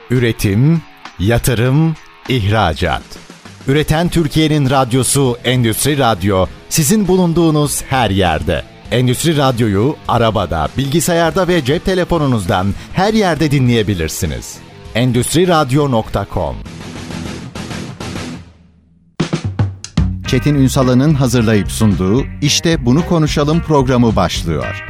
Üretim, yatırım, ihracat. Üreten Türkiye'nin radyosu Endüstri Radyo, sizin bulunduğunuz her yerde. Endüstri Radyo'yu arabada, bilgisayarda ve cep telefonunuzdan her yerde dinleyebilirsiniz. Endüstriradyo.com. Çetin Ünsal'ın hazırlayıp sunduğu İşte Bunu Konuşalım programı başlıyor.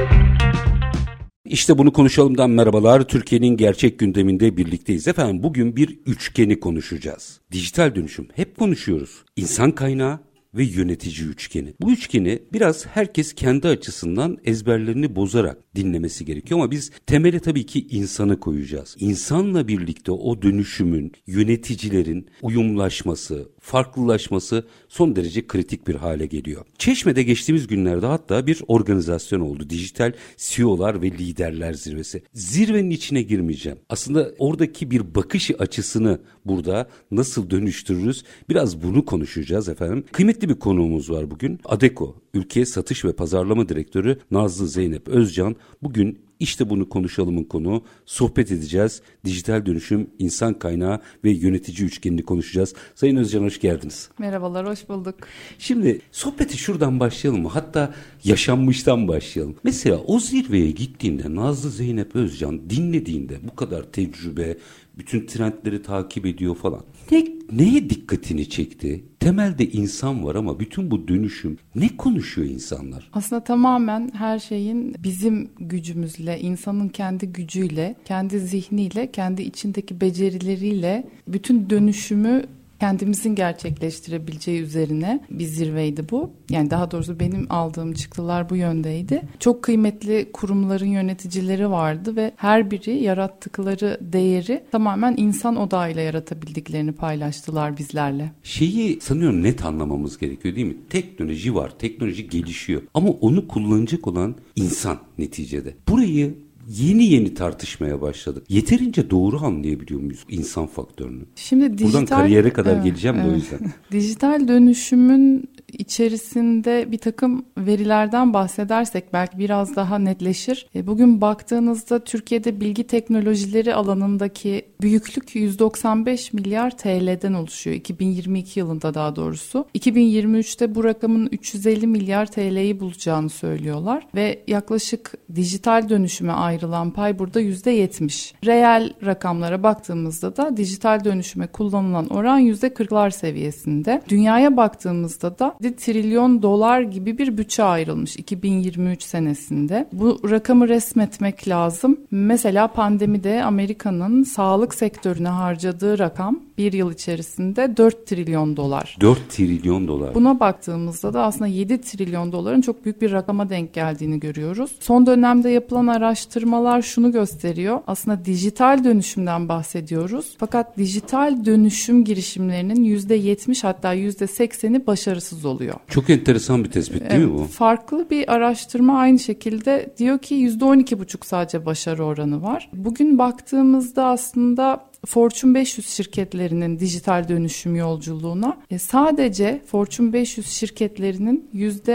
İşte bunu konuşalımdan merhabalar. Türkiye'nin gerçek gündeminde birlikteyiz. Efendim bugün bir üçgeni konuşacağız. Dijital dönüşüm hep konuşuyoruz. İnsan kaynağı ve yönetici üçgeni. Bu üçgeni biraz herkes kendi açısından ezberlerini bozarak dinlemesi gerekiyor ama biz temele tabii ki insanı koyacağız. İnsanla birlikte o dönüşümün, yöneticilerin uyumlaşması, farklılaşması son derece kritik bir hale geliyor. Çeşme'de geçtiğimiz günlerde hatta bir organizasyon oldu. Dijital CEO'lar ve liderler zirvesi. Zirvenin içine girmeyeceğim. Aslında oradaki bir bakış açısını burada nasıl dönüştürürüz? Biraz bunu konuşacağız efendim. Kıymetli bir konuğumuz var bugün. Adecco Ülke Satış ve Pazarlama Direktörü Nazlı Zeynep Özcan. Bugün işte bunu konuşalımın konuğu. Sohbet edeceğiz. Dijital dönüşüm, insan kaynağı ve yönetici üçgenini konuşacağız. Sayın Özcan hoş geldiniz. Merhabalar, hoş bulduk. Şimdi sohbeti şuradan başlayalım mı? Hatta yaşanmıştan başlayalım. Mesela o zirveye gittiğinde Nazlı Zeynep Özcan dinlediğinde bu kadar tecrübe, bütün trendleri takip ediyor falan. Neye dikkatini çekti? Temelde insan var ama bütün bu dönüşüm ne konuşuyor insanlar? Aslında tamamen her şeyin bizim gücümüzle, insanın kendi gücüyle, kendi zihniyle, kendi içindeki becerileriyle bütün dönüşümü kendimizin gerçekleştirebileceği üzerine bir zirveydi bu. Yani daha doğrusu benim aldığım çıktılar bu yöndeydi. Çok kıymetli kurumların yöneticileri vardı ve her biri yarattıkları değeri tamamen insan odağıyla yaratabildiklerini paylaştılar bizlerle. Şeyi sanıyorum net anlamamız gerekiyor değil mi? Teknoloji var, teknoloji gelişiyor ama onu kullanacak olan insan neticede. Burayı yeni tartışmaya başladık. Yeterince doğru anlayabiliyor muyuz insan faktörünü? Şimdi buradan kariyere kadar geleceğim de o yüzden. Dijital dönüşümün içerisinde bir takım verilerden bahsedersek belki biraz daha netleşir. Bugün baktığınızda Türkiye'de bilgi teknolojileri alanındaki büyüklük 195 milyar TL'den oluşuyor. 2022 yılında daha doğrusu. 2023'te bu rakamın 350 milyar TL'yi bulacağını söylüyorlar ve yaklaşık dijital dönüşüme ayrılan pay burada %70. Reel rakamlara baktığımızda da dijital dönüşüme kullanılan oran %40'lar seviyesinde. Dünyaya baktığımızda da trilyon dolar gibi bir bütçe ayrılmış 2023 senesinde. Bu rakamı resmetmek lazım. Mesela pandemide Amerika'nın sağlık sektörüne harcadığı rakam bir yıl içerisinde 4 trilyon dolar. 4 trilyon dolar. Buna baktığımızda da aslında 7 trilyon doların çok büyük bir rakama denk geldiğini görüyoruz. Son dönemde yapılan araştırmalar şunu gösteriyor. Aslında dijital dönüşümden bahsediyoruz. Fakat dijital dönüşüm girişimlerinin %70 hatta %80'i başarısız oluyor. Çok enteresan bir tespit değil mi bu? Farklı bir araştırma aynı şekilde diyor ki %12,5 sadece başarı oranı var. Bugün baktığımızda aslında Fortune 500 şirketlerinin dijital dönüşüm yolculuğuna sadece Fortune 500 şirketlerinin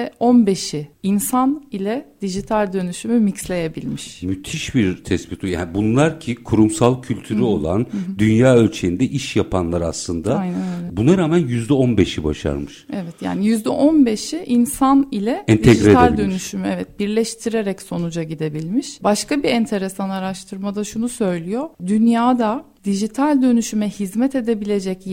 %15'i insan ile dijital dönüşümü mixleyebilmiş. Müthiş bir tespit. Yani bunlar ki kurumsal kültürü olan dünya ölçeğinde iş yapanlar aslında. Aynen öyle. Buna rağmen %15'i başarmış. Evet, yani %15'i insan ile entegre dijital edebilmiş. dönüşümü birleştirerek sonuca gidebilmiş. Başka bir enteresan araştırmada şunu söylüyor. Dünyada dijital dönüşüme hizmet edebilecek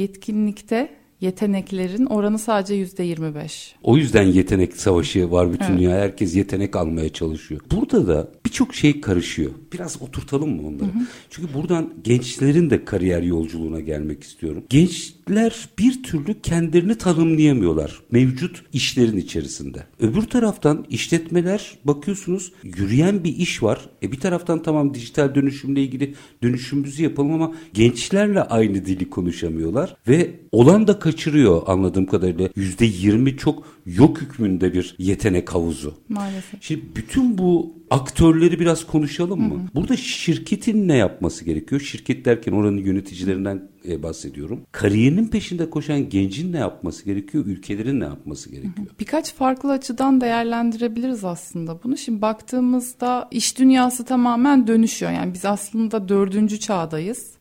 yeteneklerin oranı sadece %25. O yüzden yetenek savaşı var bütün dünya. Herkes yetenek almaya çalışıyor. Burada da birçok şey karışıyor. Biraz oturtalım mı onları? Çünkü buradan gençlerin de kariyer yolculuğuna gelmek istiyorum. Gençler bir türlü kendilerini tanımlayamıyorlar mevcut işlerin içerisinde. Öbür taraftan işletmeler bakıyorsunuz yürüyen bir iş var. Bir taraftan tamam dijital dönüşümle ilgili dönüşümümüzü yapalım ama gençlerle aynı dili konuşamıyorlar ve olan da kaçırıyor anladığım kadarıyla. %20 çok yok hükmünde bir yetenek havuzu. Maalesef. Şimdi bütün bu aktörleri biraz konuşalım mı? Burada şirketin ne yapması gerekiyor? Şirket derken oranın yöneticilerinden bahsediyorum. Kariyerinin peşinde koşan gencin ne yapması gerekiyor? Ülkelerin ne yapması gerekiyor? Birkaç farklı açıdan değerlendirebiliriz aslında bunu. Şimdi baktığımızda iş dünyası tamamen dönüşüyor. Yani biz aslında 4. çağdayız.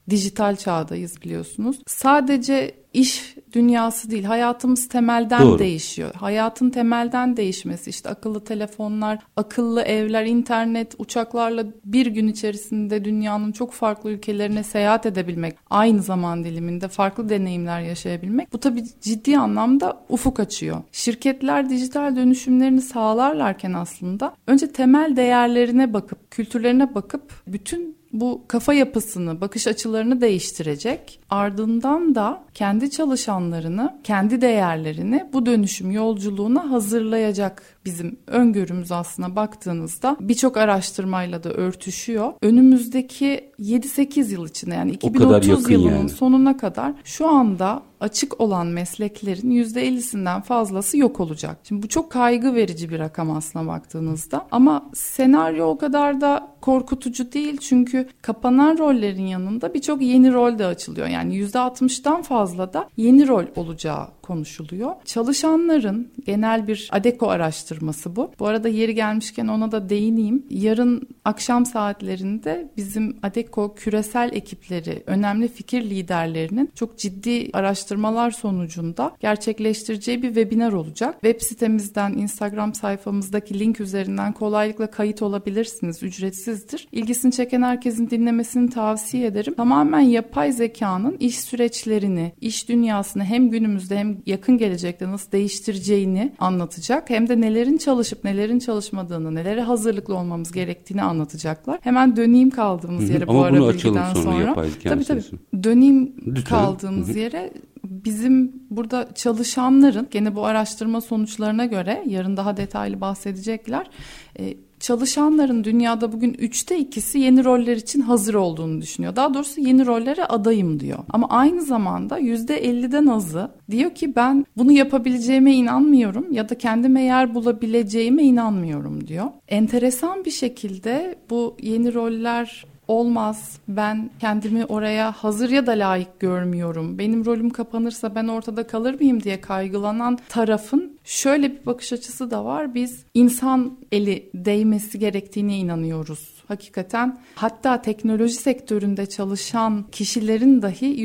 dijital çağdayız biliyorsunuz. Sadece iş dünyası değil, hayatımız temelden değişiyor. Hayatın temelden değişmesi, işte akıllı telefonlar, akıllı evler, internet, uçaklarla bir gün içerisinde dünyanın çok farklı ülkelerine seyahat edebilmek, aynı zaman diliminde farklı deneyimler yaşayabilmek, bu tabii ciddi anlamda ufuk açıyor. Şirketler dijital dönüşümlerini sağlarlarken aslında önce temel değerlerine bakıp, kültürlerine bakıp bütün bu kafa yapısını, bakış açılarını değiştirecek. Ardından da kendi çalışanlarını, kendi değerlerini bu dönüşüm yolculuğuna hazırlayacak. Bizim öngörümüz aslına baktığınızda birçok araştırmayla da örtüşüyor. Önümüzdeki 7-8 yıl içinde, yani 2030 yılının sonuna kadar şu anda açık olan mesleklerin %50'sinden fazlası yok olacak. Şimdi bu çok kaygı verici bir rakam aslına baktığınızda. Ama senaryo o kadar da korkutucu değil. Çünkü kapanan rollerin yanında birçok yeni rol de açılıyor. Yani %60'dan fazla da yeni rol olacağı konuşuluyor. Çalışanların genel bir Adecco araştırması bu. Bu arada yeri gelmişken ona da değineyim. Yarın akşam saatlerinde bizim Adecco küresel ekipleri, önemli fikir liderlerinin çok ciddi araştırmalar sonucunda gerçekleştireceği bir webinar olacak. Web sitemizden, Instagram sayfamızdaki link üzerinden kolaylıkla kayıt olabilirsiniz. Ücretsizdir. İlgisini çeken herkesin dinlemesini tavsiye ederim. Tamamen yapay zekanın iş süreçlerini, iş dünyasını hem günümüzde hem yakın gelecekte nasıl değiştireceğini anlatacak. Hem de nelerin çalışıp nelerin çalışmadığını, nelere hazırlıklı olmamız gerektiğini anlatacaklar. Hemen döneyim kaldığımız yere bu ara bilgiden sonra. Tabii. Döneyim kaldığımız yere. Bizim burada çalışanların, gene bu araştırma sonuçlarına göre yarın daha detaylı bahsedecekler. Çalışanların dünyada bugün 2/3 yeni roller için hazır olduğunu düşünüyor. Daha doğrusu yeni rollere adayım diyor. Ama aynı zamanda %50'den azı diyor ki ben bunu yapabileceğime inanmıyorum ya da kendime yer bulabileceğime inanmıyorum diyor. Enteresan bir şekilde bu yeni roller olmaz, ben kendimi oraya hazır ya da layık görmüyorum, benim rolüm kapanırsa ben ortada kalır mıyım diye kaygılanan tarafın şöyle bir bakış açısı da var. Biz insan eli değmesi gerektiğine inanıyoruz. Hakikaten hatta teknoloji sektöründe çalışan kişilerin dahi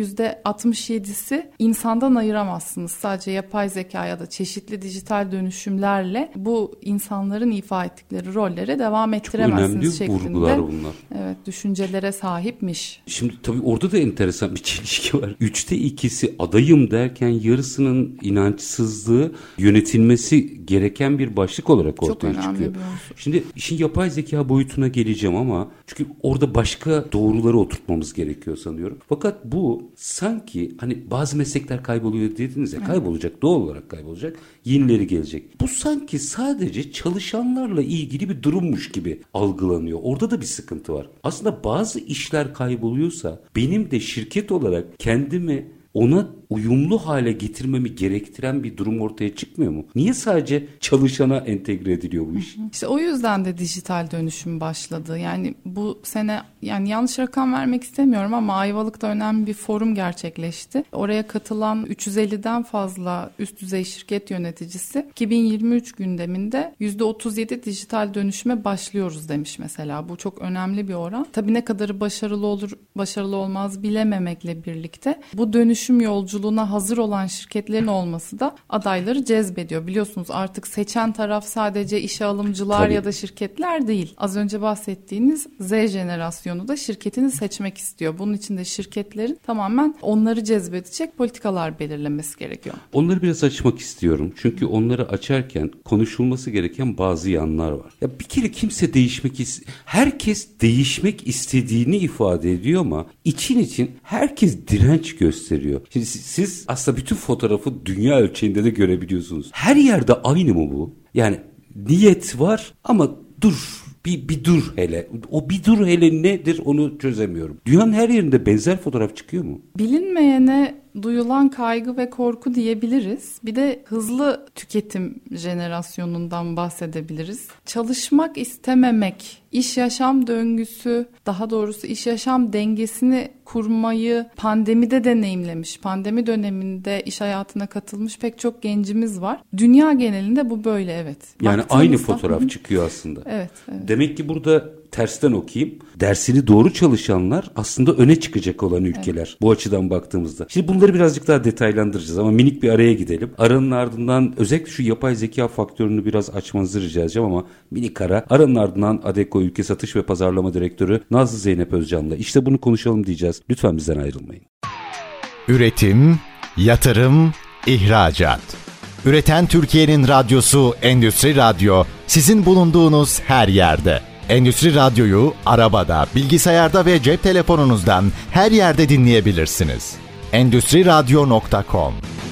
%67'si insandan ayıramazsınız. Sadece yapay zeka ya da çeşitli dijital dönüşümlerle bu insanların ifa ettikleri rollere devam ettiremezsiniz şeklinde. Çok önemli vurgular bunlar. Evet, düşüncelere sahipmiş. Şimdi tabii orada da enteresan bir çelişki var. 2/3 adayım derken yarısının inançsızlığı yönetilmesi gereken bir başlık olarak ortaya çıkıyor. Şimdi işin yapay zeka boyutuna geleceğim ama çünkü orada başka doğruları oturtmamız gerekiyor sanıyorum. Fakat bu sanki hani bazı meslekler kayboluyor dediniz ya, kaybolacak, doğal olarak kaybolacak, yenileri gelecek. Bu sanki sadece çalışanlarla ilgili bir durummuş gibi algılanıyor. Orada da bir sıkıntı var. Aslında bazı işler kayboluyorsa benim de şirket olarak kendimi ona uyumlu hale getirmemi gerektiren bir durum ortaya çıkmıyor mu? Niye sadece çalışana entegre ediliyor bu iş? İşte o yüzden de dijital dönüşüm başladı. Yani bu sene, yani yanlış rakam vermek istemiyorum ama Ayvalık'ta önemli bir forum gerçekleşti. Oraya katılan 350'den fazla üst düzey şirket yöneticisi 2023 gündeminde %37 dijital dönüşüme başlıyoruz demiş mesela. Bu çok önemli bir oran. Tabii ne kadarı başarılı olur, başarılı olmaz bilememekle birlikte bu dönüşüm yolculuğuna hazır olan şirketlerin olması da adayları cezbediyor. Biliyorsunuz artık seçen taraf sadece işe alımcılar ya da şirketler değil. Az önce bahsettiğiniz Z jenerasyonu da şirketini seçmek istiyor. Bunun için de şirketlerin tamamen onları cezbedecek politikalar belirlemesi gerekiyor. Onları biraz açmak istiyorum. Çünkü onları açarken konuşulması gereken bazı yanlar var. Ya bir kere kimse herkes değişmek istediğini ifade ediyor ama için herkes direnç gösteriyor. Şimdi siz aslında bütün fotoğrafı dünya ölçeğinde de görebiliyorsunuz. Her yerde aynı mı bu? Yani niyet var ama dur. Bir dur hele. O bir dur hele nedir onu çözemiyorum. Dünyanın her yerinde benzer fotoğraf çıkıyor mu? Bilinmeyene duyulan kaygı ve korku diyebiliriz. Bir de hızlı tüketim jenerasyonundan bahsedebiliriz. Çalışmak istememek, iş yaşam döngüsü, daha doğrusu iş yaşam dengesini kurmayı pandemide deneyimlemiş. Pandemi döneminde iş hayatına katılmış pek çok gencimiz var. Dünya genelinde bu böyle, evet. Yani aynı fotoğraf çıkıyor aslında. Evet. Demek ki burada tersten okuyayım. Dersini doğru çalışanlar aslında öne çıkacak olan ülkeler. Bu açıdan baktığımızda. Şimdi bunları birazcık daha detaylandıracağız ama minik bir araya gidelim. Aranın ardından özellikle şu yapay zeka faktörünü biraz açmanızı rica edeceğim ama minik ara. Aranın ardından Adecco Ülke Satış ve Pazarlama Direktörü Nazlı Zeynep Özcan'la işte bunu konuşalım diyeceğiz. Lütfen bizden ayrılmayın. Üretim, yatırım, ihracat. Üreten Türkiye'nin radyosu Endüstri Radyo, sizin bulunduğunuz her yerde. Endüstri Radyo'yu arabada, bilgisayarda ve cep telefonunuzdan her yerde dinleyebilirsiniz. Endüstriradyo.com.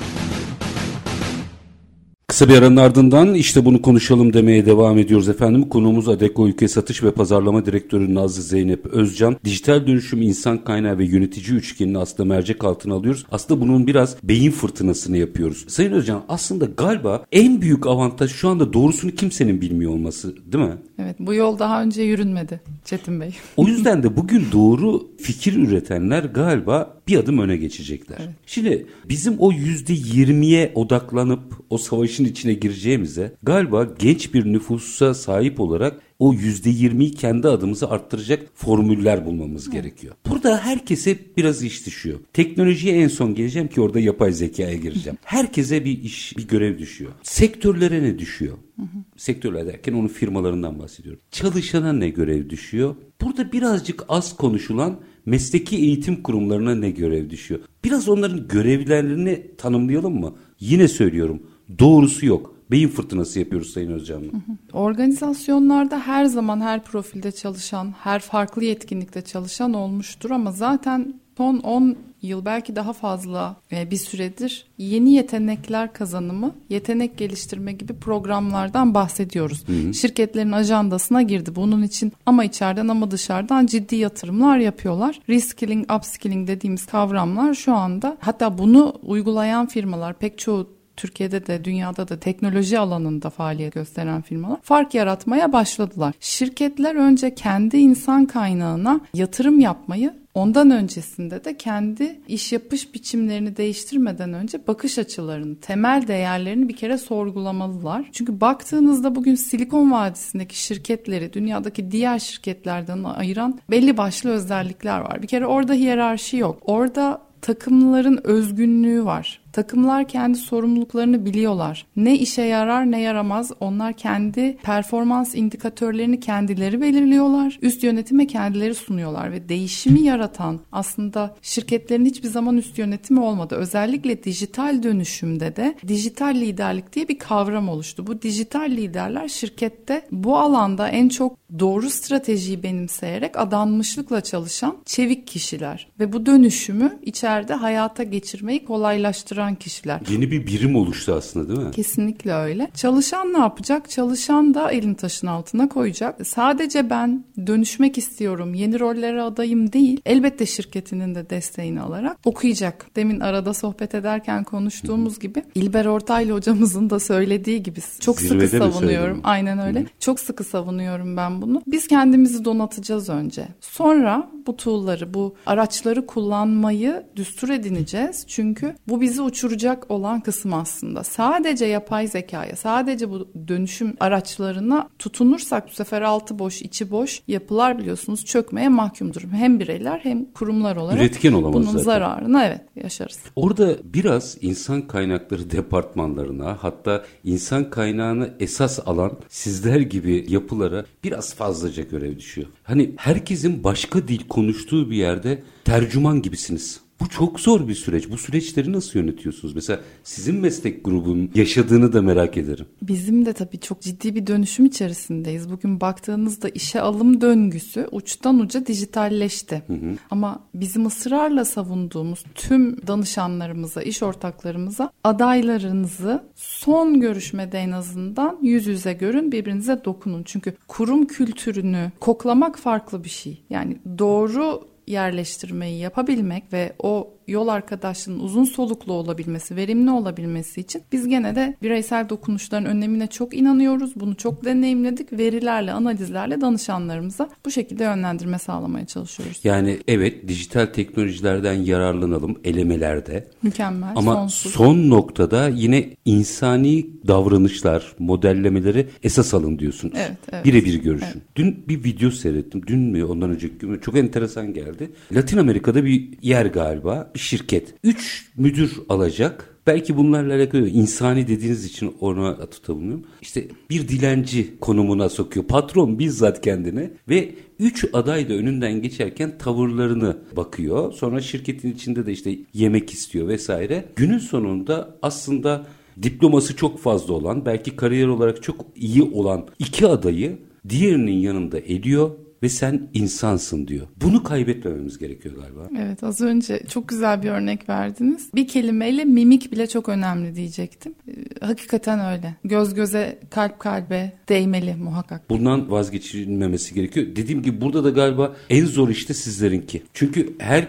Kısa bir aranın ardından işte bunu konuşalım demeye devam ediyoruz efendim. Konuğumuz Adecco Ülke Satış ve Pazarlama Direktörü Nazlı Zeynep Özcan. Dijital dönüşüm, insan kaynağı ve yönetici üçgenini aslında mercek altına alıyoruz. Aslında bunun biraz beyin fırtınasını yapıyoruz. Sayın Özcan, aslında galiba en büyük avantaj şu anda doğrusunu kimsenin bilmiyor olması, değil mi? Evet, bu yol daha önce yürünmedi Çetin Bey. O yüzden de bugün doğru fikir üretenler galiba bir adım öne geçecekler. Evet. Şimdi bizim o %20'ye odaklanıp o savaşın içine gireceğimize galiba genç bir nüfusa sahip olarak o %20'yi kendi adımıza arttıracak formüller bulmamız gerekiyor. Burada herkese biraz iş düşüyor. Teknolojiye en son geleceğim ki orada yapay zekaya gireceğim. Herkese bir iş, bir görev düşüyor. Sektörlere ne düşüyor? Sektörler derken onun firmalarından bahsediyorum. Çalışana ne görev düşüyor? Burada birazcık az konuşulan mesleki eğitim kurumlarına ne görev düşüyor? Biraz onların görevlerini tanımlayalım mı? Yine söylüyorum, doğrusu yok. Beyin fırtınası yapıyoruz Sayın Özcan'la. Organizasyonlarda her zaman her profilde çalışan, her farklı yetkinlikte çalışan olmuştur ama zaten son 10 yıl belki daha fazla bir süredir yeni yetenekler kazanımı, yetenek geliştirme gibi programlardan bahsediyoruz. Şirketlerin ajandasına girdi bunun için ama içeriden ama dışarıdan ciddi yatırımlar yapıyorlar. Reskilling, upskilling dediğimiz kavramlar şu anda, hatta bunu uygulayan firmalar pek çoğu Türkiye'de de dünyada da teknoloji alanında faaliyet gösteren firmalar fark yaratmaya başladılar. Şirketler önce kendi insan kaynağına yatırım yapmayı, ondan öncesinde de kendi iş yapış biçimlerini değiştirmeden önce bakış açılarını, temel değerlerini bir kere sorgulamalılar. Çünkü baktığınızda bugün Silikon Vadisi'ndeki şirketleri dünyadaki diğer şirketlerden ayıran belli başlı özellikler var. Bir kere orada hiyerarşi yok. Orada takımların özgünlüğü var. Takımlar kendi sorumluluklarını biliyorlar. Ne işe yarar ne yaramaz onlar kendi performans indikatörlerini kendileri belirliyorlar. Üst yönetime kendileri sunuyorlar ve değişimi yaratan aslında şirketlerin hiçbir zaman üst yönetimi olmadı. Özellikle dijital dönüşümde de dijital liderlik diye bir kavram oluştu. Bu dijital liderler şirkette bu alanda en çok doğru stratejiyi benimseyerek adanmışlıkla çalışan çevik kişiler ve bu dönüşümü içeride hayata geçirmeyi kolaylaştıran kişiler. Yeni bir birim oluştu aslında, değil mi? Kesinlikle öyle. Çalışan ne yapacak? Çalışan da elini taşın altına koyacak. Sadece ben dönüşmek istiyorum, yeni rollere adayım değil. Elbette şirketinin de desteğini alarak okuyacak. Demin arada sohbet ederken konuştuğumuz gibi İlber Ortaylı hocamızın da söylediği gibi çok Zirvede sıkı savunuyorum. Aynen öyle. Çok sıkı savunuyorum ben bunu. Biz kendimizi donatacağız önce. Sonra bu tool'ları, bu araçları kullanmayı düstur edineceğiz. Çünkü bu bizi uçuracak olan kısım aslında. Sadece yapay zekaya, sadece bu dönüşüm araçlarına tutunursak bu sefer altı boş, içi boş yapılar biliyorsunuz çökmeye mahkumdur. Hem bireyler hem kurumlar olarak üretken olamaz bunun zaten. Zararını yaşarız. Orada biraz insan kaynakları departmanlarına, hatta insan kaynağını esas alan sizler gibi yapılara biraz fazlaca görev düşüyor. Hani herkesin başka dil konuştuğu bir yerde tercüman gibisiniz. Bu çok zor bir süreç. Bu süreçleri nasıl yönetiyorsunuz? Mesela sizin meslek grubunun yaşadığını da merak ederim. Bizim de tabii çok ciddi bir dönüşüm içerisindeyiz. Bugün baktığınızda işe alım döngüsü uçtan uca dijitalleşti. Ama bizim ısrarla savunduğumuz tüm danışanlarımıza, iş ortaklarımıza adaylarınızı son görüşmede en azından yüz yüze görün, birbirinize dokunun. Çünkü kurum kültürünü koklamak farklı bir şey. Yani doğru yerleştirmeyi yapabilmek ve o yol arkadaşlığının uzun soluklu olabilmesi, verimli olabilmesi için biz gene de bireysel dokunuşların önemine çok inanıyoruz. Bunu çok deneyimledik. Verilerle, analizlerle danışanlarımıza bu şekilde yönlendirme sağlamaya çalışıyoruz. Yani evet, dijital teknolojilerden yararlanalım elemelerde. Mükemmel, ama sonsuz. Son noktada yine insani davranışlar, modellemeleri esas alın diyorsunuz. Evet. Birebir görüşün. Evet. Dün bir video seyrettim. Dün mü ondan önceki gün mü? Çok enteresan geldi. Latin Amerika'da bir yer galiba, bir şirket. 3 müdür alacak. Belki bunlarla alakalı, insani dediğiniz için ona atıfta bulunuyorum. İşte bir dilenci konumuna sokuyor. Patron bizzat kendine ve 3 aday da önünden geçerken tavırlarını bakıyor. Sonra şirketin içinde de işte yemek istiyor vesaire. Günün sonunda aslında diploması çok fazla olan, belki kariyer olarak çok iyi olan 2 adayı diğerinin yanında ediyor ve sen insansın diyor. Bunu kaybetmememiz gerekiyor galiba. Evet, az önce çok güzel bir örnek verdiniz. Bir kelimeyle mimik bile çok önemli diyecektim. Hakikaten öyle. Göz göze, kalp kalbe değmeli muhakkak. Bundan vazgeçilmemesi gerekiyor. Dediğim gibi burada da galiba en zor işte sizlerinki. Çünkü her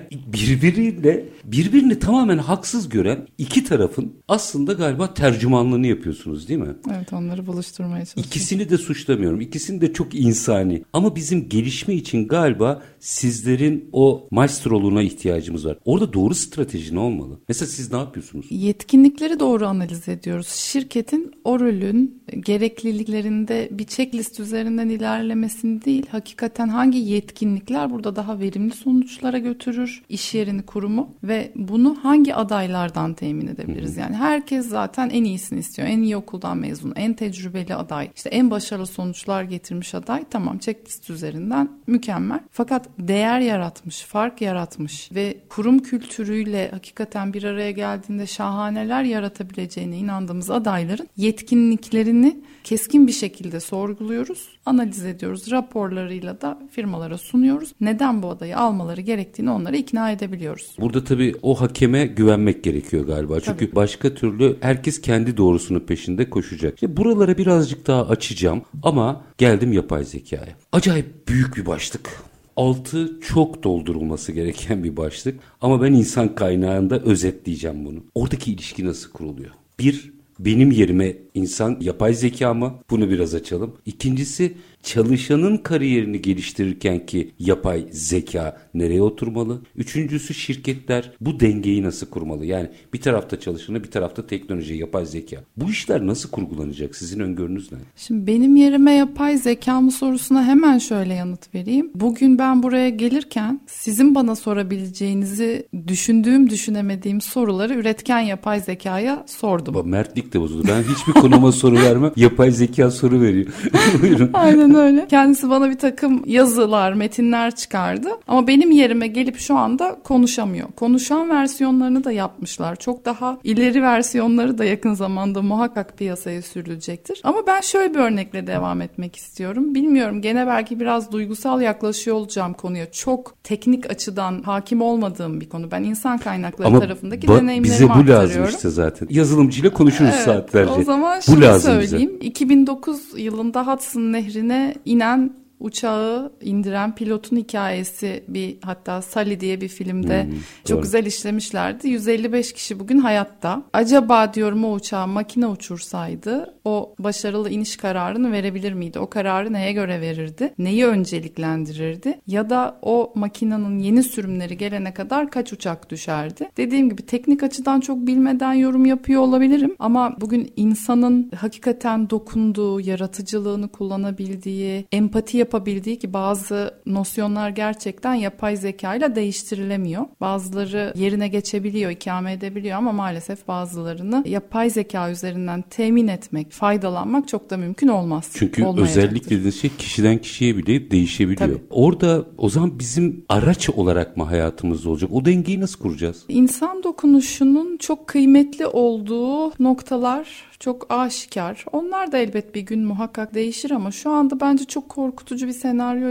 birbirini tamamen haksız gören 2 tarafın aslında galiba tercümanlığını yapıyorsunuz, değil mi? Evet, onları buluşturmaya çalışıyoruz. İkisini de suçlamıyorum. İkisini de çok insani. Ama bizim gelişme için galiba sizlerin o maestroluğuna ihtiyacımız var. Orada doğru strateji ne olmalı? Mesela siz ne yapıyorsunuz? Yetkinlikleri doğru analiz ediyoruz. Şirketin o rolün gerekliliklerinde bir checklist üzerinden ilerlemesini değil, hakikaten hangi yetkinlikler burada daha verimli sonuçlara götürür iş yerini, kurumu ve bunu hangi adaylardan temin edebiliriz? Yani herkes zaten en iyisini istiyor. En iyi okuldan mezun, en tecrübeli aday, işte en başarılı sonuçlar getirmiş aday. Tamam, checklist üzerinden mükemmel. Fakat değer yaratmış, fark yaratmış ve kurum kültürüyle hakikaten bir araya geldiğinde şahaneler yaratabileceğine inandığımız adayların yetkinliklerini keskin bir şekilde sorguluyoruz, analiz ediyoruz. Raporlarıyla da firmalara sunuyoruz. Neden bu adayı almaları gerektiğini onlara ikna edebiliyoruz. Burada tabii o hakeme güvenmek gerekiyor galiba. Çünkü başka türlü herkes kendi doğrusunun peşinde koşacak. İşte buralara birazcık daha açacağım ama geldim yapay zekaya. Acayip büyük bir başlık. Altı çok doldurulması gereken bir başlık. Ama ben insan kaynağında özetleyeceğim bunu. Oradaki ilişki nasıl kuruluyor? Benim yerime insan yapay zeka mı? Bunu biraz açalım. İkincisi, çalışanın kariyerini geliştirirken ki yapay zeka nereye oturmalı? Üçüncüsü, şirketler bu dengeyi nasıl kurmalı? Yani bir tarafta çalışanı, bir tarafta teknoloji, yapay zeka. Bu işler nasıl kurgulanacak? Sizin öngörünüz ne? Şimdi benim yerime yapay zeka mı sorusuna hemen şöyle yanıt vereyim. Bugün ben buraya gelirken sizin bana sorabileceğinizi düşünemediğim soruları üretken yapay zekaya sordum. Mertlik de bozuldu. Ben hiçbir konuma soru vermem. Yapay zeka soru veriyor. Buyurun. Aynen öyle. Kendisi bana bir takım yazılar, metinler çıkardı. Ama benim yerime gelip şu anda konuşamıyor. Konuşan versiyonlarını da yapmışlar. Çok daha ileri versiyonları da yakın zamanda muhakkak piyasaya sürülecektir. Ama ben şöyle bir örnekle devam etmek istiyorum. Bilmiyorum, gene belki biraz duygusal yaklaşıyor olacağım konuya. Çok teknik açıdan hakim olmadığım bir konu. Ben insan kaynakları tarafındaki deneyimlerimi bize bu aktarıyorum. lazım işte zaten. Yazılımcıyla konuşuruz saatlerce. O zaman bu şunu lazım söyleyeyim. Bize. 2009 yılında Hudson Nehri'ne inen uçağı indiren pilotun hikayesi, hatta Sully diye bir filmde çok güzel işlemişlerdi. 155 kişi bugün hayatta. Acaba diyorum, o uçağı makine uçursaydı o başarılı iniş kararını verebilir miydi? O kararı neye göre verirdi? Neyi önceliklendirirdi? Ya da o makinenin yeni sürümleri gelene kadar kaç uçak düşerdi? Dediğim gibi teknik açıdan çok bilmeden yorum yapıyor olabilirim ama bugün insanın hakikaten dokunduğu, yaratıcılığını kullanabildiği, empati yapabildiği ki bazı nosyonlar gerçekten yapay zekayla değiştirilemiyor. Bazıları yerine geçebiliyor, ikame edebiliyor ama maalesef bazılarını yapay zeka üzerinden temin etmek, faydalanmak çok da mümkün olmaz. Çünkü özellik dediğiniz şey kişiden kişiye bile değişebiliyor. Tabii. Orada o zaman bizim araç olarak mı hayatımızda olacak? O dengeyi nasıl kuracağız? İnsan dokunuşunun çok kıymetli olduğu noktalar çok aşikar. Onlar da elbet bir gün muhakkak değişir ama şu anda bence çok korkutucu bir senaryo yok.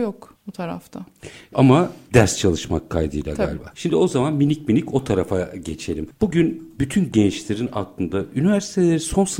bu tarafta. Ama ders çalışmak kaydıyla Tabii. galiba. Şimdi o zaman minik o tarafa geçelim. Bugün bütün gençlerin aklında üniversiteleri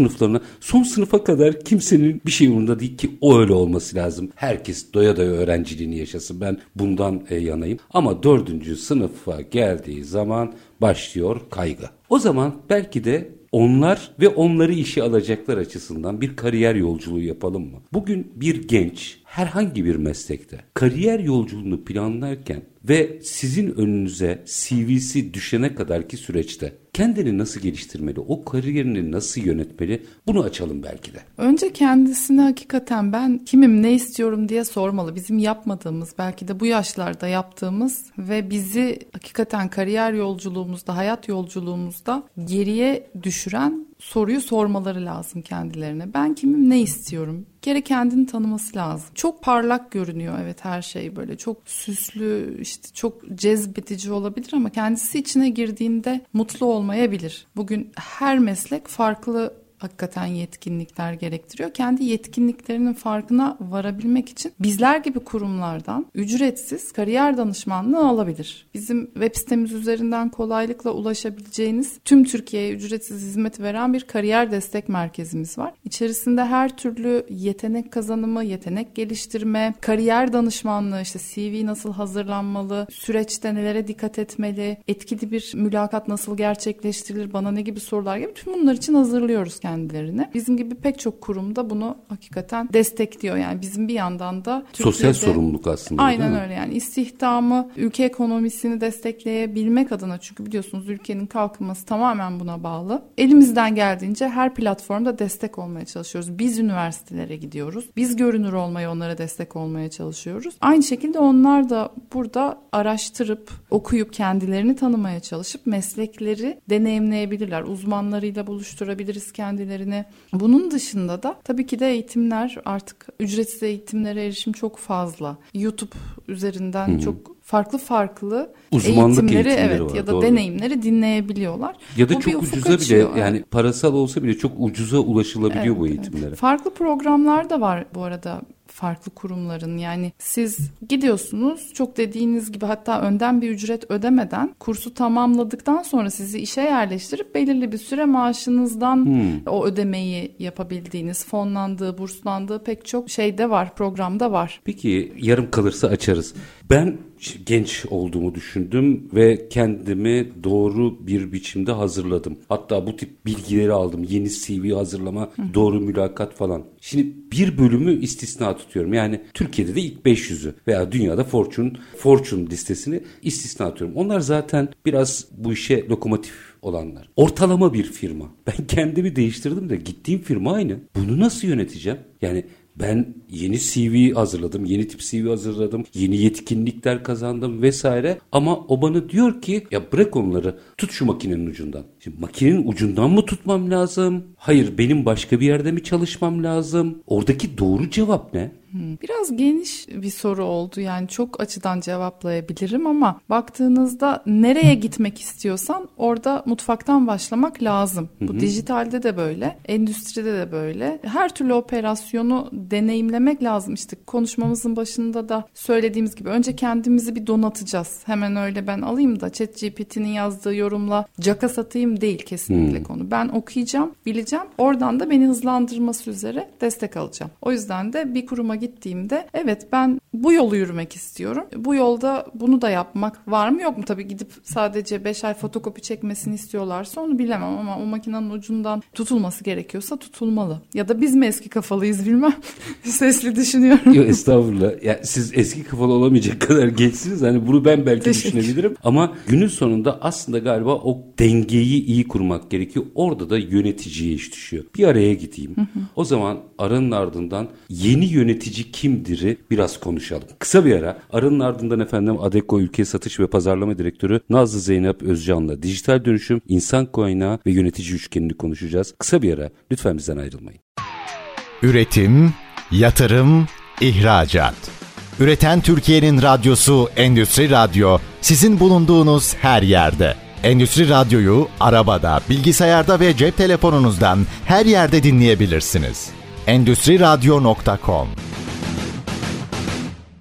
son sınıfa kadar kimsenin bir şey umurunda değil ki o öyle olması lazım. Herkes doya doya öğrenciliğini yaşasın. Ben bundan yanayım. Ama 4. sınıfa geldiği zaman başlıyor kaygı. O zaman belki de onlar ve onları işe alacaklar açısından bir kariyer yolculuğu yapalım mı? Bugün bir genç herhangi bir meslekte kariyer yolculuğunu planlarken ve sizin önünüze CV'si düşene kadarki süreçte kendini nasıl geliştirmeli, o kariyerini nasıl yönetmeli, bunu açalım belki de. Önce kendisine hakikaten ben kimim, ne istiyorum diye sormalı. Bizim yapmadığımız, belki de bu yaşlarda yaptığımız ve bizi hakikaten kariyer yolculuğumuzda, hayat yolculuğumuzda geriye düşüren soruyu sormaları lazım kendilerine. Ben kimim, ne istiyorum? Bir kere kendini tanıması lazım. Çok parlak görünüyor, evet, her şey böyle çok süslü, işte çok cezbedici olabilir ama kendisi içine girdiğinde mutlu olmayabilir. Bugün her meslek farklı hakikaten yetkinlikler gerektiriyor. Kendi yetkinliklerinin farkına varabilmek için bizler gibi kurumlardan ücretsiz kariyer danışmanlığı alabilir. Bizim web sitemiz üzerinden kolaylıkla ulaşabileceğiniz, tüm Türkiye'ye ücretsiz hizmet veren bir kariyer destek merkezimiz var. İçerisinde her türlü yetenek kazanımı, yetenek geliştirme, kariyer danışmanlığı, işte CV nasıl hazırlanmalı, süreçte nelere dikkat etmeli, etkili bir mülakat nasıl gerçekleştirilir, bana ne gibi sorular gibi, tüm bunlar için hazırlıyoruz kendilerini. Bizim gibi pek çok kurumda bunu hakikaten destekliyor. Yani bizim bir yandan da sosyal sorumluluk aslında. Aynen öyle, yani istihdamı, ülke ekonomisini destekleyebilmek adına, çünkü biliyorsunuz ülkenin kalkınması tamamen buna bağlı. Elimizden geldiğince her platformda destek olmaya çalışıyoruz. Biz üniversitelere gidiyoruz. Biz görünür olmaya, onlara destek olmaya çalışıyoruz. Aynı şekilde onlar da burada araştırıp, okuyup, kendilerini tanımaya çalışıp meslekleri deneyimleyebilirler. Uzmanlarıyla buluşturabiliriz kendilerini. Bunun dışında da tabii ki de eğitimler, artık ücretsiz eğitimlere erişim çok fazla. YouTube üzerinden çok farklı uzmanlık eğitimleri evet var, ya da doğru. deneyimleri dinleyebiliyorlar. Ya da çok ucuza bile açıyor. yani parasal olsa bile çok ucuza ulaşılabiliyor bu eğitimlere. Evet. Farklı programlar da var bu arada. Farklı kurumların, yani siz gidiyorsunuz, çok dediğiniz gibi hatta önden bir ücret ödemeden kursu tamamladıktan sonra sizi işe yerleştirip belirli bir süre maaşınızdan o ödemeyi yapabildiğiniz, fonlandığı, burslandığı pek çok şeyde var, programda var. Peki yarım kalırsa açarız. Ben genç olduğumu düşündüm ve kendimi doğru bir biçimde hazırladım. Hatta bu tip bilgileri aldım. Yeni CV hazırlama, doğru mülakat falan. Şimdi bir bölümü istisna tutuyorum. Yani Türkiye'de de ilk 500'ü veya dünyada Fortune listesini istisna atıyorum. Onlar zaten biraz bu işe lokomotif olanlar. Ortalama bir firma. Ben kendimi değiştirdim de gittiğim firma aynı. Bunu nasıl yöneteceğim? Yani ben yeni CV hazırladım, yeni tip CV hazırladım, yeni yetkinlikler kazandım vesaire. Ama o bana diyor ki ya bırak onları, tut şu makinenin ucundan. Şimdi makinenin ucundan mı tutmam lazım? Hayır, benim başka bir yerde mi çalışmam lazım? Oradaki doğru cevap ne? Biraz geniş bir soru oldu, yani çok açıdan cevaplayabilirim ama baktığınızda nereye gitmek istiyorsan orada mutfaktan başlamak lazım. Bu dijitalde de böyle, endüstride de böyle. Her türlü operasyonu deneyimlemek lazım. İşte konuşmamızın başında da söylediğimiz gibi önce kendimizi bir donatacağız. Hemen öyle ben alayım da ChatGPT'nin yazdığı yorumla caka satayım değil kesinlikle konu. Ben okuyacağım, bileceğim. Oradan da beni hızlandırması üzere destek alacağım. O yüzden de bir kuruma gittiğimde evet ben bu yolu yürümek istiyorum. Bu yolda bunu da yapmak var mı yok mu? Tabii gidip sadece 5 ay fotokopi çekmesini istiyorlarsa onu bilemem ama o makinenin ucundan tutulması gerekiyorsa tutulmalı. Ya da biz mi eski kafalıyız bilmem. Sesli düşünüyorum. Yok estağfurullah. Ya, siz eski kafalı olamayacak kadar gençsiniz. Hani bunu ben belki düşünebilirim. Ama günün sonunda aslında galiba o dengeyi iyi kurmak gerekiyor. Orada da yöneticiye iş düşüyor. Bir araya gideyim. O zaman aranın ardından yeni yönetici kimdir'i biraz konuşalım. Kısa bir ara. Aranın ardından efendim Adecco Ülke Satış ve Pazarlama Direktörü Nazlı Zeynep Özcan'la dijital dönüşüm, insan kaynağı ve yönetici üçgenini konuşacağız. Kısa bir ara. Lütfen bizden ayrılmayın. Üretim, yatırım, ihracat. Üreten Türkiye'nin radyosu Endüstri Radyo sizin bulunduğunuz her yerde. Endüstri Radyo'yu arabada, bilgisayarda ve cep telefonunuzdan her yerde dinleyebilirsiniz. Endüstriradyo.com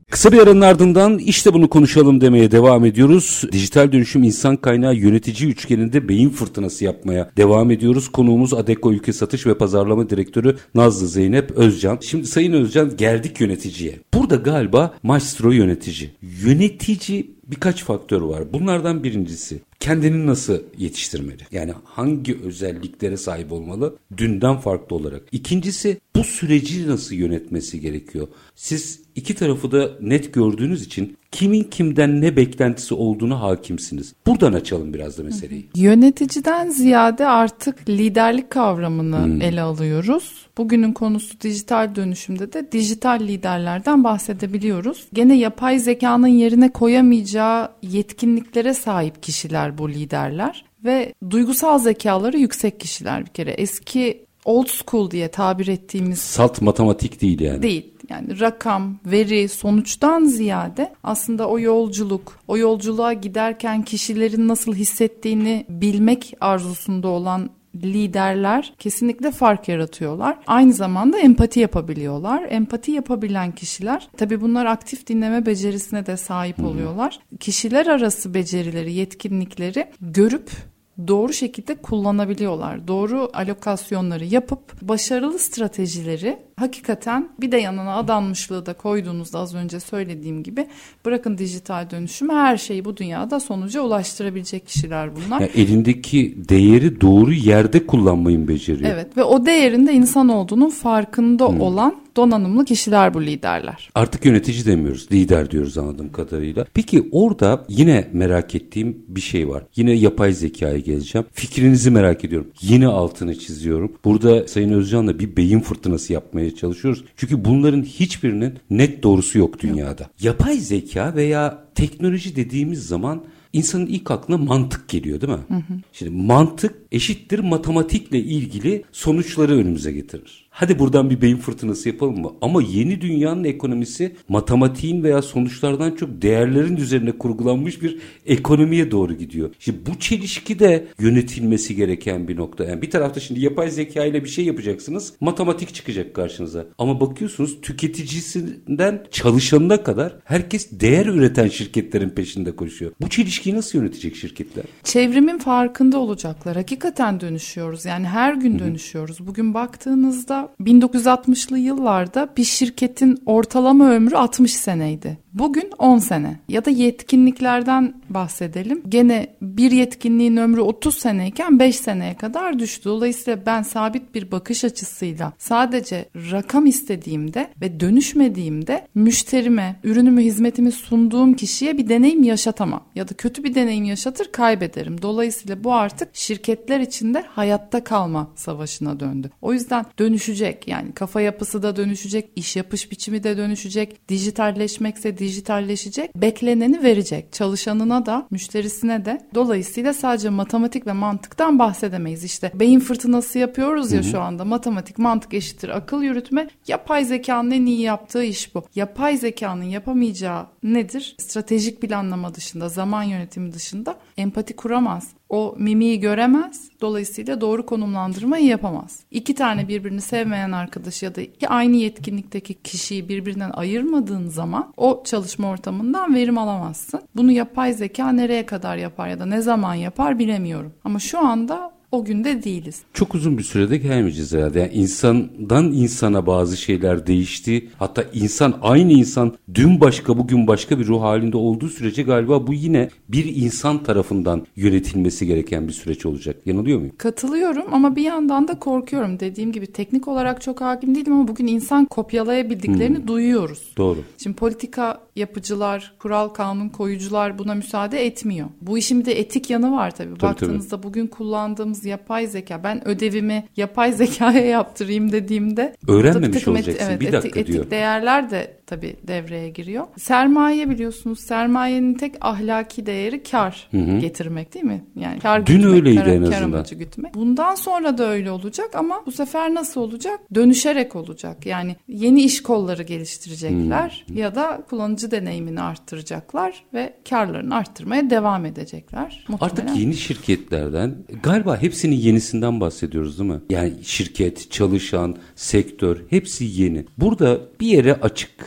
Kısa bir aranın ardından işte bunu konuşalım demeye devam ediyoruz. Dijital dönüşüm insan kaynağı yönetici üçgeninde beyin fırtınası yapmaya devam ediyoruz. Konuğumuz Adecco Ülke Satış ve Pazarlama Direktörü Nazlı Zeynep Özcan. Şimdi Sayın Özcan, geldik yöneticiye. Burada galiba maestro yönetici. Yönetici birkaç faktör var. Bunlardan birincisi kendini nasıl yetiştirmeli? Yani hangi özelliklere sahip olmalı? Dünden farklı olarak. İkincisi bu süreci nasıl yönetmesi gerekiyor? Siz iki tarafı da net gördüğünüz için kimin kimden ne beklentisi olduğuna hakimsiniz. Buradan açalım biraz da meseleyi. Yöneticiden ziyade artık liderlik kavramını ele alıyoruz. Bugünün konusu dijital dönüşümde de dijital liderlerden bahsedebiliyoruz. Gene yapay zekanın yerine koyamayacağı yetkinliklere sahip kişiler bu liderler ve duygusal zekaları yüksek kişiler bir kere. Eski old school diye tabir ettiğimiz salt matematik değil yani. Değil. Yani rakam, veri, sonuçtan ziyade aslında o yolculuk, o yolculuğa giderken kişilerin nasıl hissettiğini bilmek arzusunda olan liderler kesinlikle fark yaratıyorlar. Aynı zamanda empati yapabiliyorlar. Empati yapabilen kişiler, tabii bunlar aktif dinleme becerisine de sahip oluyorlar. Kişiler arası becerileri, yetkinlikleri görüp doğru şekilde kullanabiliyorlar. Doğru alokasyonları yapıp başarılı stratejileri hakikaten bir de yanına adanmışlığı da koyduğunuzda az önce söylediğim gibi bırakın dijital dönüşümü, her şeyi bu dünyada sonuca ulaştırabilecek kişiler bunlar. Yani elindeki değeri doğru yerde kullanmayı beceriyor. Evet ve o değerin de insan olduğunun farkında olan donanımlı kişiler bu liderler. Artık yönetici demiyoruz, lider diyoruz anladığım kadarıyla. Peki orada yine merak ettiğim bir şey var. Yine yapay zekaya geleceğim. Fikrinizi merak ediyorum. Yine altını çiziyorum. Burada Sayın Özcan'la bir beyin fırtınası yapmaya çalışıyoruz. Çünkü bunların hiçbirinin net doğrusu yok dünyada. Yok. Yapay zeka veya teknoloji dediğimiz zaman İnsanın ilk aklına mantık geliyor değil mi? Hı hı. Şimdi mantık eşittir matematikle ilgili sonuçları önümüze getirir. Hadi buradan bir beyin fırtınası yapalım mı? Ama yeni dünyanın ekonomisi matematiğin veya sonuçlardan çok değerlerin üzerine kurgulanmış bir ekonomiye doğru gidiyor. Şimdi bu çelişki de yönetilmesi gereken bir nokta. Yani bir tarafta şimdi yapay zeka ile bir şey yapacaksınız. Matematik çıkacak karşınıza. Ama bakıyorsunuz tüketicisinden çalışanına kadar herkes değer üreten şirketlerin peşinde koşuyor. Bu çelişkiyi nasıl yönetecek şirketler? Çevrimin farkında olacaklar. Hakikaten dönüşüyoruz. Yani her gün dönüşüyoruz. Bugün baktığınızda 1960'lı yıllarda bir şirketin ortalama ömrü 60 seneydi. Bugün 10 sene. Ya da yetkinliklerden bahsedelim. Gene bir yetkinliğin ömrü 30 seneyken 5 seneye kadar düştü. Dolayısıyla ben sabit bir bakış açısıyla sadece rakam istediğimde ve dönüşmediğimde müşterime, ürünümü, hizmetimi sunduğum kişiye bir deneyim yaşatamam. Ya da kötü bir deneyim yaşatır, kaybederim. Dolayısıyla bu artık şirketler içinde hayatta kalma savaşına döndü. O yüzden dönüşecek. Yani kafa yapısı da dönüşecek, iş yapış biçimi de dönüşecek, dijitalleşmekse dijitalleşecek, bekleneni verecek. Çalışanına da, müşterisine de. Dolayısıyla sadece matematik ve mantıktan bahsedemeyiz. İşte beyin fırtınası yapıyoruz ya şu anda. Matematik, mantık eşittir akıl yürütme. Yapay zekanın en iyi yaptığı iş bu. Yapay zekanın yapamayacağı nedir? Stratejik planlama dışında, zaman yönetimi dışında empati kuramaz. O mimiği göremez. Dolayısıyla doğru konumlandırmayı yapamaz. İki tane birbirini sevmeyen arkadaş ya da iki aynı yetkinlikteki kişiyi birbirinden ayırmadığın zaman o çalışma ortamından verim alamazsın. Bunu yapay zeka nereye kadar yapar ya da ne zaman yapar bilemiyorum. Ama şu anda o günde değiliz. Çok uzun bir sürede gelmeyeceğiz herhalde. Yani insandan insana bazı şeyler değişti. Hatta aynı insan dün başka bugün başka bir ruh halinde olduğu sürece galiba bu yine bir insan tarafından yönetilmesi gereken bir süreç olacak. Yanılıyor muyum? Katılıyorum ama bir yandan da korkuyorum. Dediğim gibi teknik olarak çok hakim değilim ama bugün insan kopyalayabildiklerini duyuyoruz. Doğru. Şimdi politika yapıcılar, kural kanun koyucular buna müsaade etmiyor. Bu işin bir de etik yanı var tabii. Baktığınızda bugün kullandığımız yapay zeka, ben ödevimi yapay zekaya yaptırayım dediğimde öğrenmemiş olacaksın. Bir dakika diyor. Etik değerler de tabii devreye giriyor. Sermaye biliyorsunuz, sermayenin tek ahlaki değeri kar getirmek değil mi? Yani kar dün gütmek, öyleydi en azından. Kar amacı gütmek. Bundan sonra da öyle olacak ama bu sefer nasıl olacak? Dönüşerek olacak. Yani yeni iş kolları geliştirecekler ya da kullanıcı deneyimini arttıracaklar ve karlarını arttırmaya devam edecekler. Muhtemelen. Artık yeni şirketlerden galiba hepsinin yenisinden bahsediyoruz değil mi? Yani şirket, çalışan, sektör hepsi yeni. Burada bir yere açık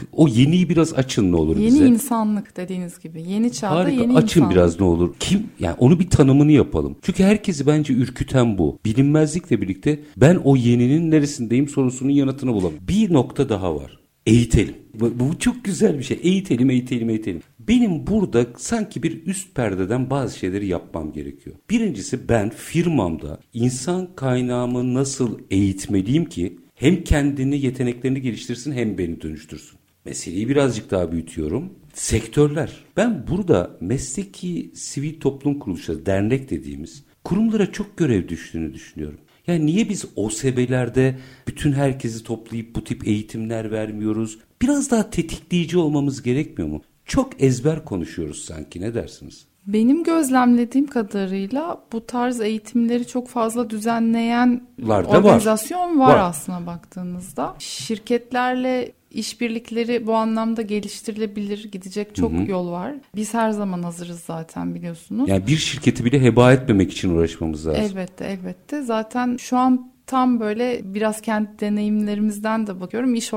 O yeniyi biraz açın ne olur yeni bize. Yeni insanlık dediğiniz gibi. Yeni çağda Harika. yeni Açın insanlık. biraz ne olur. Kim? Yani onu bir tanımını yapalım. Çünkü herkesi bence ürküten bu. Bilinmezlikle birlikte ben o yeninin neresindeyim sorusunun yanıtını bulamıyorum. Bir nokta daha var. Eğitelim. Bu çok güzel bir şey. Eğitelim. Benim burada sanki bir üst perdeden bazı şeyleri yapmam gerekiyor. Birincisi, ben firmamda insan kaynağımı nasıl eğitmeliyim ki hem kendini, yeteneklerini geliştirsin hem beni dönüştürsün. Meseleyi birazcık daha büyütüyorum. Sektörler. Ben burada mesleki sivil toplum kuruluşları, dernek dediğimiz kurumlara çok görev düştüğünü düşünüyorum. Yani niye biz OSB'lerde bütün herkesi toplayıp bu tip eğitimler vermiyoruz? Biraz daha tetikleyici olmamız gerekmiyor mu? Çok ezber konuşuyoruz sanki, ne dersiniz? Benim gözlemlediğim kadarıyla bu tarz eğitimleri çok fazla düzenleyen organizasyon var aslına baktığınızda. Şirketlerle işbirlikleri bu anlamda geliştirilebilir, gidecek çok yol var. Biz her zaman hazırız zaten, biliyorsunuz. Yani bir şirketi bile heba etmemek için uğraşmamız lazım. Elbette. Zaten şu an tam böyle biraz kendi deneyimlerimizden de bakıyorum. İş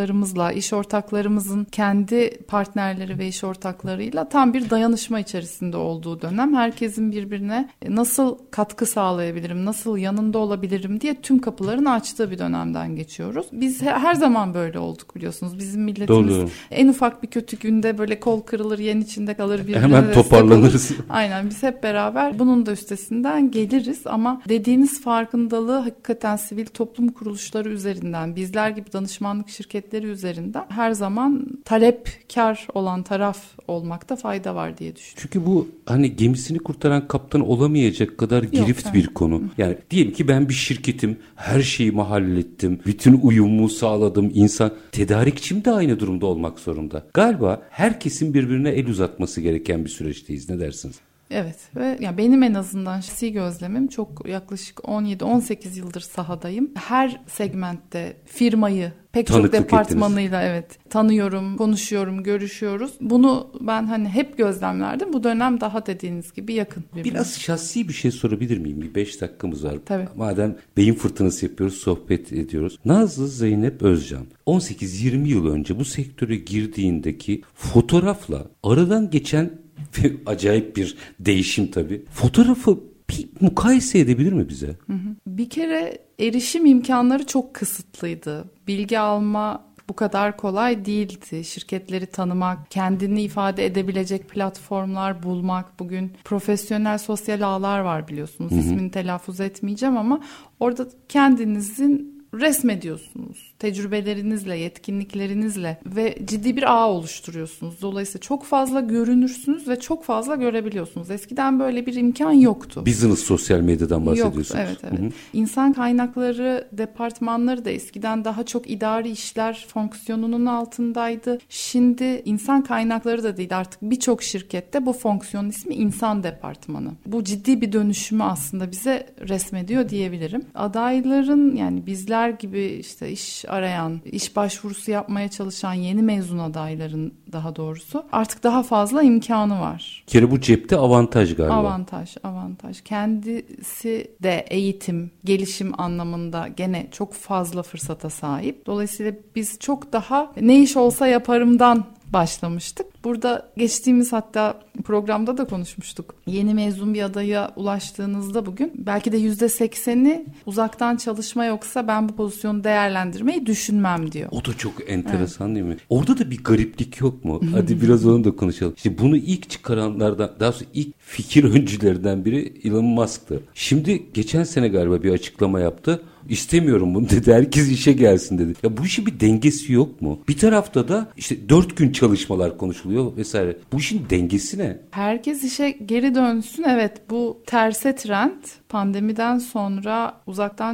ortaklarımızın kendi partnerleri ve iş ortaklarıyla tam bir dayanışma içerisinde olduğu dönem. Herkesin birbirine nasıl katkı sağlayabilirim, nasıl yanında olabilirim diye tüm kapılarını açtığı bir dönemden geçiyoruz. Biz her zaman böyle olduk, biliyorsunuz. Bizim milletimiz en ufak bir kötü günde böyle kol kırılır, yen içinde kalır, birbirine hemen toparlanırız. Aynen, biz hep beraber bunun da üstesinden geliriz ama dediğiniz farkındalığı hakikaten sivil toplum kuruluşları üzerinden, bizler gibi danışmanlık şirketleri üzerinden her zaman talepkar olan taraf olmakta fayda var diye düşünüyorum. Çünkü bu hani gemisini kurtaran kaptan olamayacak kadar girift bir konu. Yani diyelim ki ben bir şirketim, her şeyi hallettim, bütün uyumu sağladım, tedarikçim de aynı durumda olmak zorunda. Galiba herkesin birbirine el uzatması gereken bir süreçteyiz. Ne dersiniz? Evet ve yani benim en azından şahsi gözlemim, çok yaklaşık 17-18 yıldır sahadayım. Her segmentte firmayı pek çok departmanıyla tanıyorum, konuşuyorum, görüşüyoruz. Bunu ben hani hep gözlemlerdim. Bu dönem daha dediğiniz gibi yakın birbirine. Biraz şahsi bir şey sorabilir miyim? Bir 5 dakikamız var. Tabii. Madem beyin fırtınası yapıyoruz, sohbet ediyoruz. Nazlı Zeynep Özcan 18-20 yıl önce bu sektöre girdiğindeki fotoğrafla aradan geçen acayip bir değişim tabii. Fotoğrafı bir mukayese edebilir mi bize? Bir kere erişim imkanları çok kısıtlıydı. Bilgi alma bu kadar kolay değildi. Şirketleri tanımak, kendini ifade edebilecek platformlar bulmak. Bugün profesyonel sosyal ağlar var, biliyorsunuz. İsmini telaffuz etmeyeceğim ama orada kendinizin resmediyorsunuz. Tecrübelerinizle, yetkinliklerinizle ve ciddi bir ağ oluşturuyorsunuz. Dolayısıyla çok fazla görünürsünüz ve çok fazla görebiliyorsunuz. Eskiden böyle bir imkan yoktu. Business sosyal medyadan bahsediyorsunuz. Yoktu, evet. İnsan kaynakları departmanları da eskiden daha çok idari işler fonksiyonunun altındaydı. Şimdi insan kaynakları da değil, artık birçok şirkette bu fonksiyonun ismi insan departmanı. Bu ciddi bir dönüşümü aslında bize resmediyor diyebilirim. Adayların, yani bizler gibi işte iş arayan, iş başvurusu yapmaya çalışan yeni mezun adayların daha doğrusu artık daha fazla imkanı var. Bir kere bu cepte avantaj galiba. Avantaj. Kendisi de eğitim, gelişim anlamında gene çok fazla fırsata sahip. Dolayısıyla biz çok daha ne iş olsa yaparımdan başlamıştık. Burada geçtiğimiz hatta programda da konuşmuştuk. Yeni mezun bir adaya ulaştığınızda bugün belki de %80'i uzaktan çalışma yoksa ben bu pozisyonu değerlendirmeyi düşünmem diyor. O da çok enteresan değil mi? Orada da bir gariplik yok mu? Hadi biraz onu da konuşalım. İşte bunu ilk çıkaranlardan, daha sonra ilk fikir öncülerinden biri Elon Musk'tı. Şimdi geçen sene galiba bir açıklama yaptı. İstemiyorum bunu dedi. Herkes işe gelsin dedi. Ya bu işin bir dengesi yok mu? Bir tarafta da işte 4 gün çalışmalar konuşuluyor vesaire. Bu işin dengesi ne? Herkes işe geri dönsün. Evet, bu terse trend. Pandemiden sonra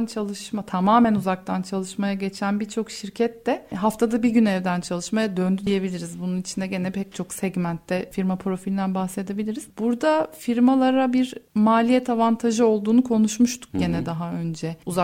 tamamen uzaktan çalışmaya geçen birçok şirket de haftada bir gün evden çalışmaya döndü diyebiliriz. Bunun içinde gene pek çok segmentte firma profilinden bahsedebiliriz. Burada firmalara bir maliyet avantajı olduğunu konuşmuştuk gene daha önce uzaktan çalışma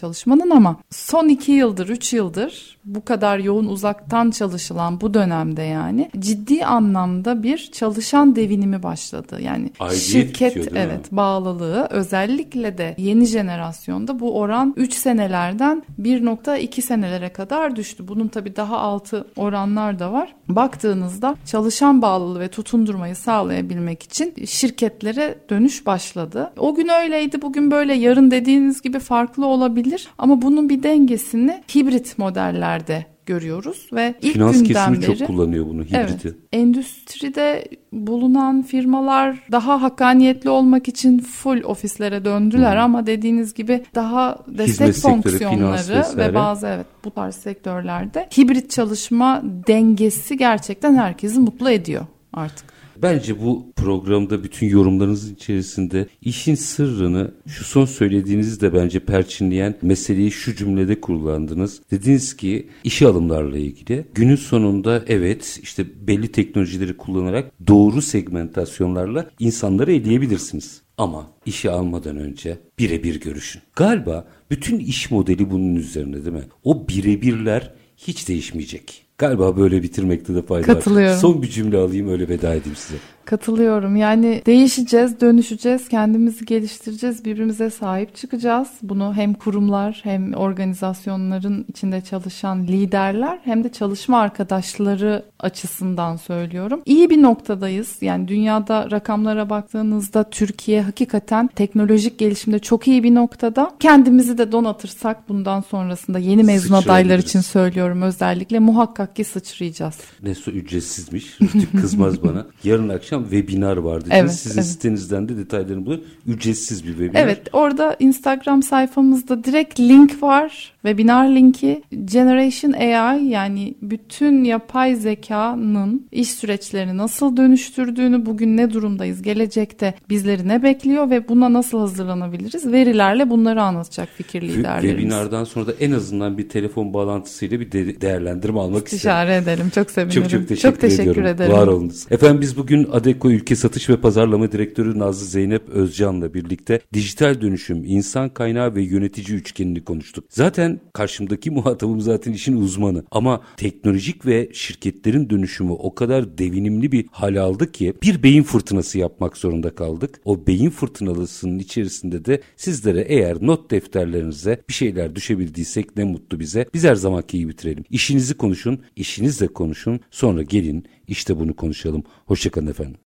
çalışmanın, ama son 2 yıldır, 3 yıldır bu kadar yoğun uzaktan çalışılan bu dönemde yani ciddi anlamda bir çalışan devinimi başladı. Yani aidiyet şirket bitiyor, bağlılığı, özellikle de yeni jenerasyonda bu oran 3 senelerden 1.2 senelere kadar düştü. Bunun tabii daha altı oranlar da var. Baktığınızda çalışan bağlılığı ve tutundurmayı sağlayabilmek için şirketlere dönüş başladı. O gün öyleydi, bugün böyle, yarın dediğiniz gibi farklı olabilir ama bunun bir dengesini hibrit modellerde görüyoruz ve ilk finans günden kesimi beri çok kullanıyor bunu, hibriti. Evet, endüstride bulunan firmalar daha hakkaniyetli olmak için full ofislere döndüler ama dediğiniz gibi daha destek hizmet sektörü, fonksiyonları ve bazı bu tarz sektörlerde hibrit çalışma dengesi gerçekten herkesi mutlu ediyor artık. Bence bu programda bütün yorumlarınızın içerisinde işin sırrını, şu son söylediğinizi de bence perçinleyen meseleyi şu cümlede kullandınız. Dediniz ki işe alımlarla ilgili günün sonunda işte belli teknolojileri kullanarak doğru segmentasyonlarla insanları eleyebilirsiniz. Ama işe almadan önce birebir görüşün. Galiba bütün iş modeli bunun üzerine, değil mi? O birebirler hiç değişmeyecek. Galiba böyle bitirmekte de fayda var. Katılıyorum. Son bir cümle alayım, öyle veda edeyim size. Katılıyorum. Yani değişeceğiz, dönüşeceğiz, kendimizi geliştireceğiz, birbirimize sahip çıkacağız. Bunu hem kurumlar hem organizasyonların içinde çalışan liderler hem de çalışma arkadaşları açısından söylüyorum. İyi bir noktadayız. Yani dünyada rakamlara baktığınızda Türkiye hakikaten teknolojik gelişimde çok iyi bir noktada. Kendimizi de donatırsak bundan sonrasında yeni mezun adaylar için söylüyorum, özellikle muhakkak ki sıçrayacağız. Neso ücretsizmiş. Rütük kızmaz bana. Yarın akşam webinar var dediniz. Evet, sizin sitenizden de detaylarını bulun. Ücretsiz bir webinar. Evet, orada Instagram sayfamızda direkt link var. Webinar linki. Generation AI, yani bütün yapay zekanın iş süreçlerini nasıl dönüştürdüğünü, bugün ne durumdayız, gelecekte bizleri ne bekliyor ve buna nasıl hazırlanabiliriz? Verilerle bunları anlatacak fikir liderlerimiz. Webinardan sonra da en azından bir telefon bağlantısıyla bir değerlendirme almak isterim. İstişare edelim. Çok sevinirim. Çok teşekkür ederim. Var olunuz. Efendim, biz bugün Adecco Ülke Satış ve Pazarlama Direktörü Nazlı Zeynep Özcan'la birlikte dijital dönüşüm, insan kaynağı ve yönetici üçgenini konuştuk. Zaten karşımdaki muhatabım zaten işin uzmanı. Ama teknolojik ve şirketlerin dönüşümü o kadar devinimli bir hal aldı ki bir beyin fırtınası yapmak zorunda kaldık. O beyin fırtınalısının içerisinde de sizlere eğer not defterlerinize bir şeyler düşebildiysek ne mutlu bize. Biz her zamanki gibi bitirelim. İşinizi konuşun, işinizle konuşun. Sonra gelin işte bunu konuşalım. Hoşça kalın efendim.